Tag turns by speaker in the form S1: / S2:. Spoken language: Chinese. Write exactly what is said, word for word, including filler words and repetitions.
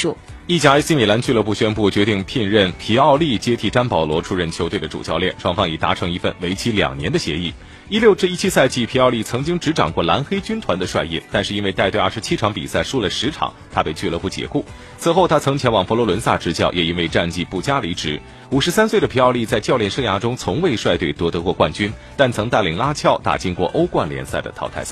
S1: 意甲 A C 米兰俱乐部宣布决定聘任皮奥利接替詹保罗出任球队的主教练，双方已达成一份为期两年的协议。一六至一七赛季，皮奥利曾经执掌过蓝黑军团的帅印，但是因为带队二十七场比赛输了十场，他被俱乐部解雇。此后他曾前往佛罗伦萨执教，也因为战绩不佳离职。五十三岁的皮奥利在教练生涯中从未率队夺得过冠军，但曾带领拉翘打进过欧冠联赛的淘汰赛。